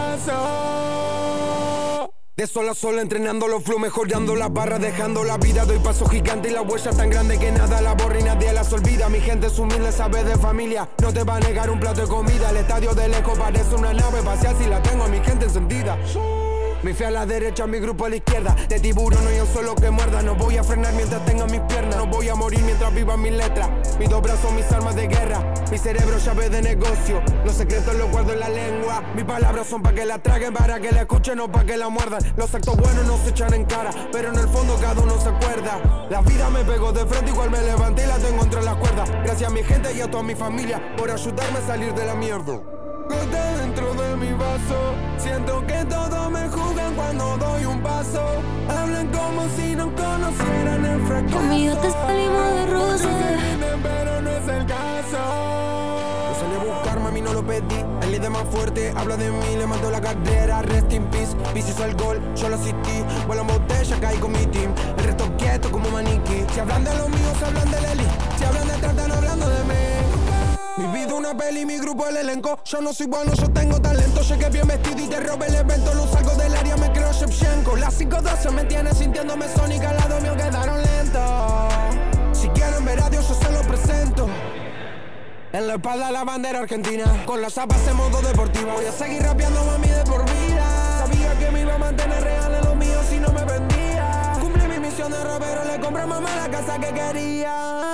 caso. De sol a sol entrenando los flow, mejorando las barras, dejando la vida. Doy paso gigante y la huella tan grande que nada la borra y nadie las olvida. Mi gente es humilde, sabe de familia, no te va a negar un plato de comida. El estadio de lejos parece una nave espacial si la tengo a mi gente encendida. Mi fe a la derecha, mi grupo a la izquierda. De tiburón no hay un solo que muerda. No voy a frenar mientras tenga mis piernas. No voy a morir mientras viva mis letras. Mis dos brazos, mis armas de guerra. Mi cerebro llave de negocio. Los secretos los guardo en la lengua. Mis palabras son para que la traguen, para que la escuchen, no para que la muerdan. Los actos buenos no se echan en cara, pero en el fondo cada uno se acuerda. La vida me pegó de frente, igual me levanté y la tengo entre las cuerdas. Gracias a mi gente y a toda mi familia por ayudarme a salir de la mierda. Gota dentro de mi vaso, siento que todos me juzgan cuando doy un paso. Hablan como si no conocieran el fracaso. Conmigo te salimos de rosa, pero no es el caso. Lo salí a buscar, mami, no lo pedí. El líder más fuerte habla de mí, le mandó la carrera. Rest in peace, Bici hizo el gol, yo lo asistí. Vuelan botella, caí con mi team. El resto quieto como maniquí. Si hablan de los míos, hablan de la elite. Si hablan de trata, no hablando de mí. Mi vida una peli, mi grupo el elenco. Yo no soy bueno, yo tengo talento. Llegué bien vestido y te robé el evento. Lo salgo del área, me creo Shevchenko. La cinco doce me tiene sintiéndome sónica. Al lado mío quedaron lentos. Si quieren ver a Dios, yo se lo presento. En la espalda la bandera argentina, con las zapas en modo deportivo. Voy a seguir rapeando, mami, de por vida. Sabía que me iba a mantener real en lo mío si no me vendía. Cumplí mi misión de robero, le compré a mamá la casa que quería.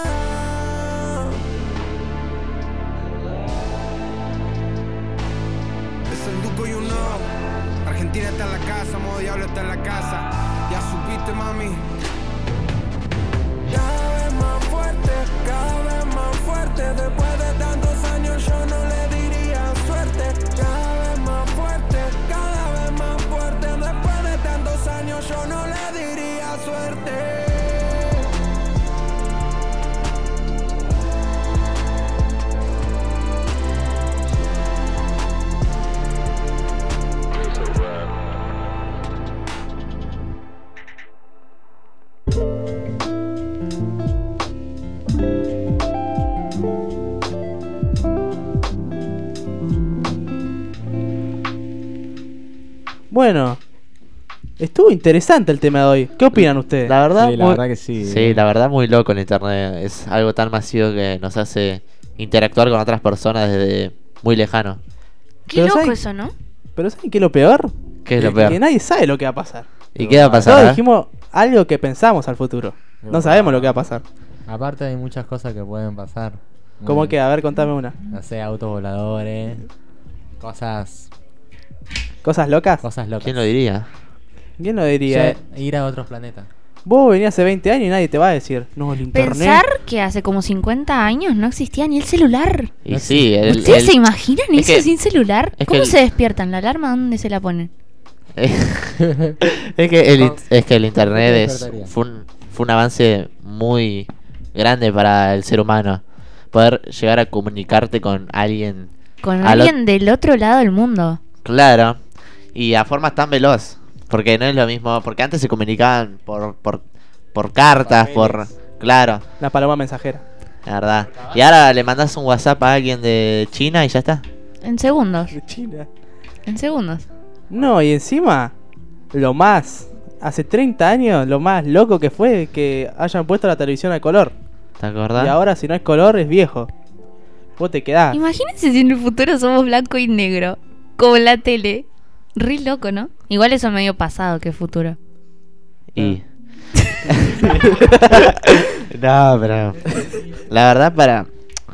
El Duco y uno. Argentina está en la casa, modo diablo está en la casa. Ya supiste, mami. Cada vez más fuerte, cada vez más fuerte. Después de tantos años yo no le diría suerte. Cada vez más fuerte, cada vez más fuerte. Después de tantos años yo no le diría suerte. Bueno, estuvo interesante el tema de hoy. ¿Qué opinan ustedes? La verdad, Sí, la muy- verdad que sí. Sí, la verdad muy loco el internet. Es algo tan masivo que nos hace interactuar con otras personas desde muy lejano. Qué Pero loco ¿saben- eso, ¿no? Pero ¿saben qué es lo peor? ¿Qué es lo Que- peor? Que nadie sabe lo que va a pasar. ¿Y qué va a pasar? Todos eh? dijimos algo que pensamos al futuro. No sabemos lo que va a pasar. Aparte hay muchas cosas que pueden pasar. ¿Cómo Muy- que? A ver, contame una. No sé, autos voladores, cosas... ¿Cosas locas? Cosas locas. ¿Quién lo diría? ¿Quién lo diría? Ya, ir a otros planetas. Vos venías hace veinte años y nadie te va a decir, no, el internet. Pensar que hace como cincuenta años no existía ni el celular. Y sí, el- ¿Ustedes el- se imaginan es eso que- sin celular? es que ¿Cómo el- se despiertan? ¿La alarma dónde se la ponen? es que el, in- es que el internet ¿Qué es, despertaría? fue, un, fue un avance muy grande para el ser humano. Poder llegar a comunicarte con alguien. Con al alguien del otro lado del mundo. Claro. Y a formas tan veloz. Porque no es lo mismo. Porque antes se comunicaban por, por, por cartas, por... Claro. La paloma mensajera. La verdad. Y ahora le mandas un WhatsApp a alguien de China y ya está. En segundos. De China. En segundos. No, y encima, lo más, hace treinta años, lo más loco que fue que hayan puesto la televisión a color. ¿Te acordás? Y ahora si no es color, es viejo. Vos te quedás. Imagínense si en el futuro somos blanco y negro. Como en la tele. Re loco, ¿no? Igual eso es medio pasado que futuro. Y... no, pero... La verdad, para...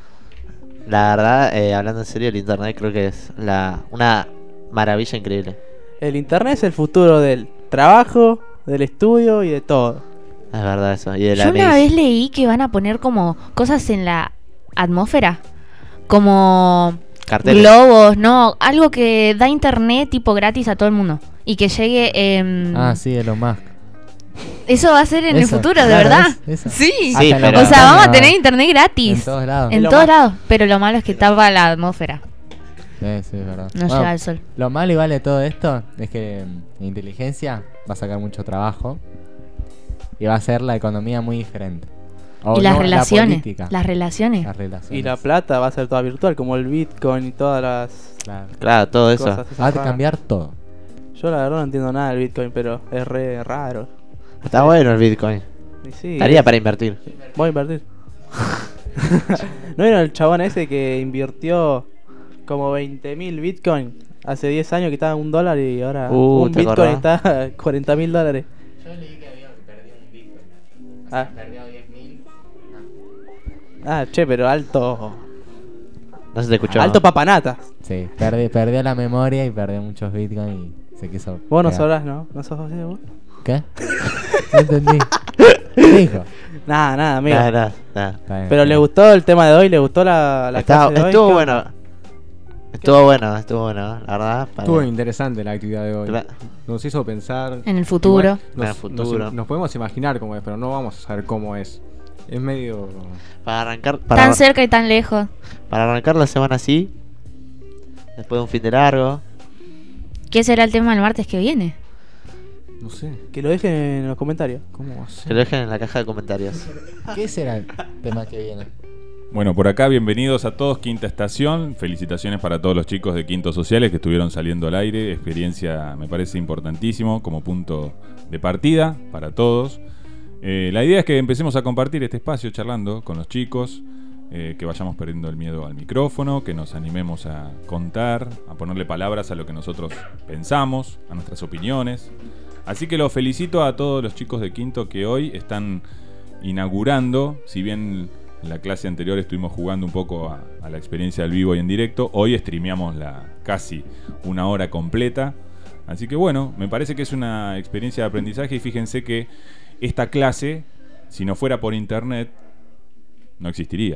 La verdad, eh, hablando en serio, el internet creo que es la una maravilla increíble. El internet es el futuro del trabajo, del estudio y de todo. Es verdad eso. Y de la Yo una medicina. vez leí que van a poner como cosas en la atmósfera. Como Carteles. globos, no, algo que da internet tipo gratis a todo el mundo. Y que llegue... em, Ah, sí, Elon Musk. Eso va a ser en el Eso, futuro, de claro, verdad. es- eso. Sí, Sí, pero- o sea, vamos a tener internet gratis. En todos lados. En Elon todos Musk. lados. Pero lo malo es que tapa la atmósfera. Sí, sí, es verdad. No llega al sol. Lo malo igual de todo esto es que mm, la inteligencia va a sacar mucho trabajo y va a hacer la economía muy diferente. O Y las no, la relaciones. política. Las relaciones. Las relaciones. Y la plata va a ser toda virtual, como el Bitcoin y todas las... Claro. Claro, todo eso. cosas esas Va a raras. cambiar todo. Yo la verdad no entiendo nada del Bitcoin, pero es re raro. Está bueno el Bitcoin. Y sí, Estaría es- para invertir. Voy a invertir. ¿No vieron el chabón ese que invirtió como veinte mil Bitcoin hace diez años que estaba un dólar y ahora Uh, un ¿te Bitcoin acordás? está cuarenta mil dólares? Yo leí que había perdido un Bitcoin. Ah. perdió diez mil. Ah, che, pero alto. No se te escuchó. Alto papanatas. Sí, perdi- perdió la memoria y perdió muchos Bitcoin y se quiso. Vos no pegar. sabrás, ¿no? ¿No sos José vos? ¿Qué? No entendí. ¿Qué dijo? Nada, nada, amigo. Nada, nada, nada. Está bien, Pero está le bien. gustó el tema de hoy, le gustó la, la Estaba- clase de hoy. estuvo ¿Qué bueno. onda? Estuvo bueno, estuvo bueno, la verdad. para- Estuvo interesante la actividad de hoy. Cla- Nos hizo pensar. En el futuro. Igual En Nos, el futuro. nos- nos podemos imaginar cómo es, pero no vamos a saber cómo es. Es medio. Para arrancar. Para, Tan arran- cerca y tan lejos. para arrancar la semana así. Después de un fin de largo. ¿Qué será el tema el martes que viene? No sé. Que lo dejen en los comentarios. ¿Cómo va a ser? Que lo dejen en la caja de comentarios. ¿Qué será el tema que viene? Bueno, por acá bienvenidos a todos, Quinta Estación. Felicitaciones para todos los chicos de Quintos Sociales que estuvieron saliendo al aire. Experiencia me parece importantísimo como punto de partida para todos. Eh, la idea es que empecemos a compartir este espacio charlando con los chicos, eh, que vayamos perdiendo el miedo al micrófono, que nos animemos a contar, a ponerle palabras a lo que nosotros pensamos, a nuestras opiniones. Así que los felicito a todos los chicos de Quinto que hoy están inaugurando, si bien en la clase anterior estuvimos jugando un poco a, a la experiencia del vivo y en directo, hoy streameamos la casi una hora completa. Así que bueno, me parece que es una experiencia de aprendizaje y fíjense que esta clase, si no fuera por internet, no existiría.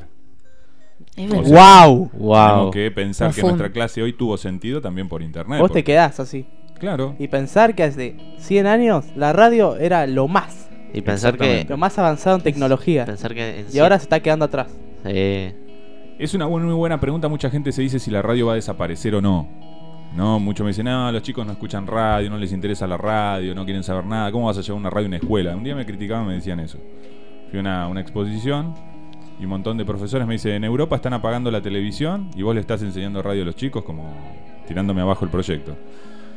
Es O verdad. sea, ¡Wow! Tenemos que pensar que Profundo. nuestra clase hoy tuvo sentido también por internet. Vos te porque- quedás así. Claro. Y pensar que hace cien años la radio era lo más. Y pensar que. Lo más avanzado en tecnología. Pensar que en Y sí- ahora se está quedando atrás. Sí. Es una bu- muy buena pregunta. Mucha gente se dice si la radio va a desaparecer o no. No, muchos me dicen, no, los chicos no escuchan radio, no les interesa la radio, no quieren saber nada. ¿Cómo vas a llevar una radio a una escuela? Un día me criticaban y me decían eso. Fui a una, una exposición y un montón de profesores me dicen, en Europa están apagando la televisión y vos le estás enseñando radio a los chicos como tirándome abajo el proyecto.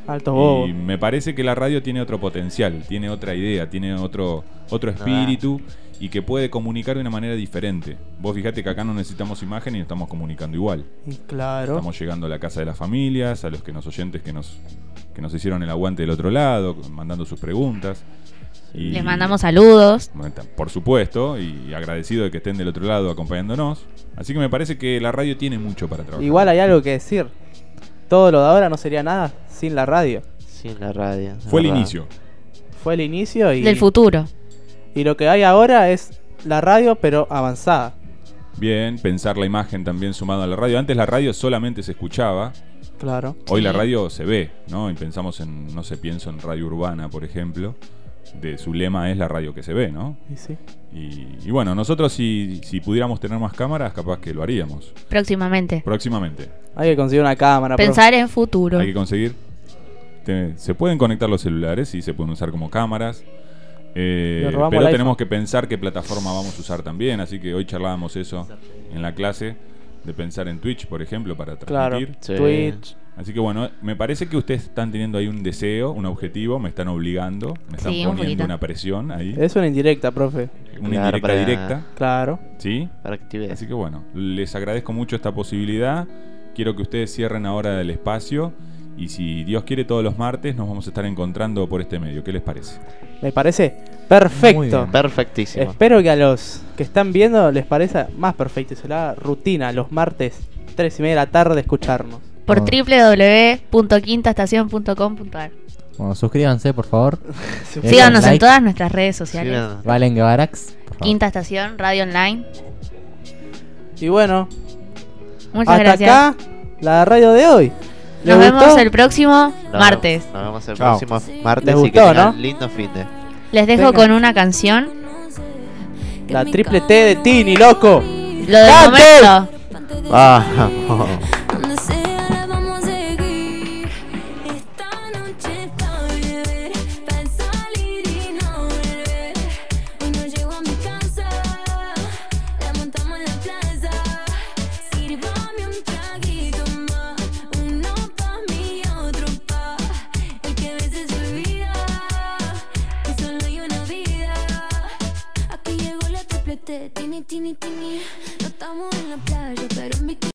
Altos bobos. Y me parece que la radio tiene otro potencial, tiene otra idea, tiene otro, otro espíritu y que puede comunicar de una manera diferente. Vos fijate que acá no necesitamos imagen y nos estamos comunicando igual. Claro. Estamos llegando a la casa de las familias, a los que nos oyentes que nos, que nos hicieron el aguante del otro lado, mandando sus preguntas. Y, Les mandamos saludos. por supuesto, y agradecido de que estén del otro lado acompañándonos. Así que me parece que la radio tiene mucho para trabajar. Igual hay algo que decir. Todo lo de ahora no sería nada sin la radio. Sin la radio. Fue el inicio. Fue el inicio y... Del futuro. Y lo que hay ahora es la radio, pero avanzada. Bien, pensar la imagen también sumado a la radio. Antes la radio solamente se escuchaba. Claro. Hoy Sí. la radio se ve, ¿no? Y pensamos en, no sé, pienso en Radio Urbana, por ejemplo. De su lema es la radio que se ve, ¿no? Y sí. Y, y bueno, nosotros si, si pudiéramos tener más cámaras, capaz que lo haríamos. Próximamente. Próximamente. Hay que conseguir una cámara. Pensar en futuro. Hay que conseguir. Te- se pueden conectar los celulares y se pueden usar como cámaras. Eh, Le robamos pero el tenemos iPhone. que pensar qué plataforma vamos a usar también. Así que hoy charlábamos eso en la clase. De pensar en Twitch, por ejemplo, para Claro, transmitir. sí. Twitch. Así que bueno, me parece que ustedes están teniendo ahí un deseo, un objetivo, me están obligando, me están Sí, un poniendo poquito. una presión ahí. Es una indirecta, profe. Una Claro, indirecta para- directa. Claro. ¿Sí? Para que te veas. Así que bueno, les agradezco mucho esta posibilidad. Quiero que ustedes cierren ahora el espacio. Y si Dios quiere, todos los martes nos vamos a estar encontrando por este medio. ¿Qué les parece? Me parece perfecto. Muy bien. Perfectísimo. Espero que a los que están viendo les parezca más perfecto. Se la rutina los martes, tres y media de la tarde, escucharnos. Por doble u doble u doble u punto quinta estación punto com punto a r. Bueno, suscríbanse, por favor. Síganos en Like. todas nuestras redes sociales. Síganos. Valen Guevarax. por favor. Quinta Estación, Radio Online. Y bueno, Muchas hasta gracias. acá la radio de hoy. ¿Les Nos gustó? vemos el próximo No, martes. Nos vemos el Chao. próximo martes ¿Les y que gustó, tengan no? lindo fin de. Les dejo Venga. con una canción. La triple T de Tini, loco. Lo del ¡Cante! momento. Vamos.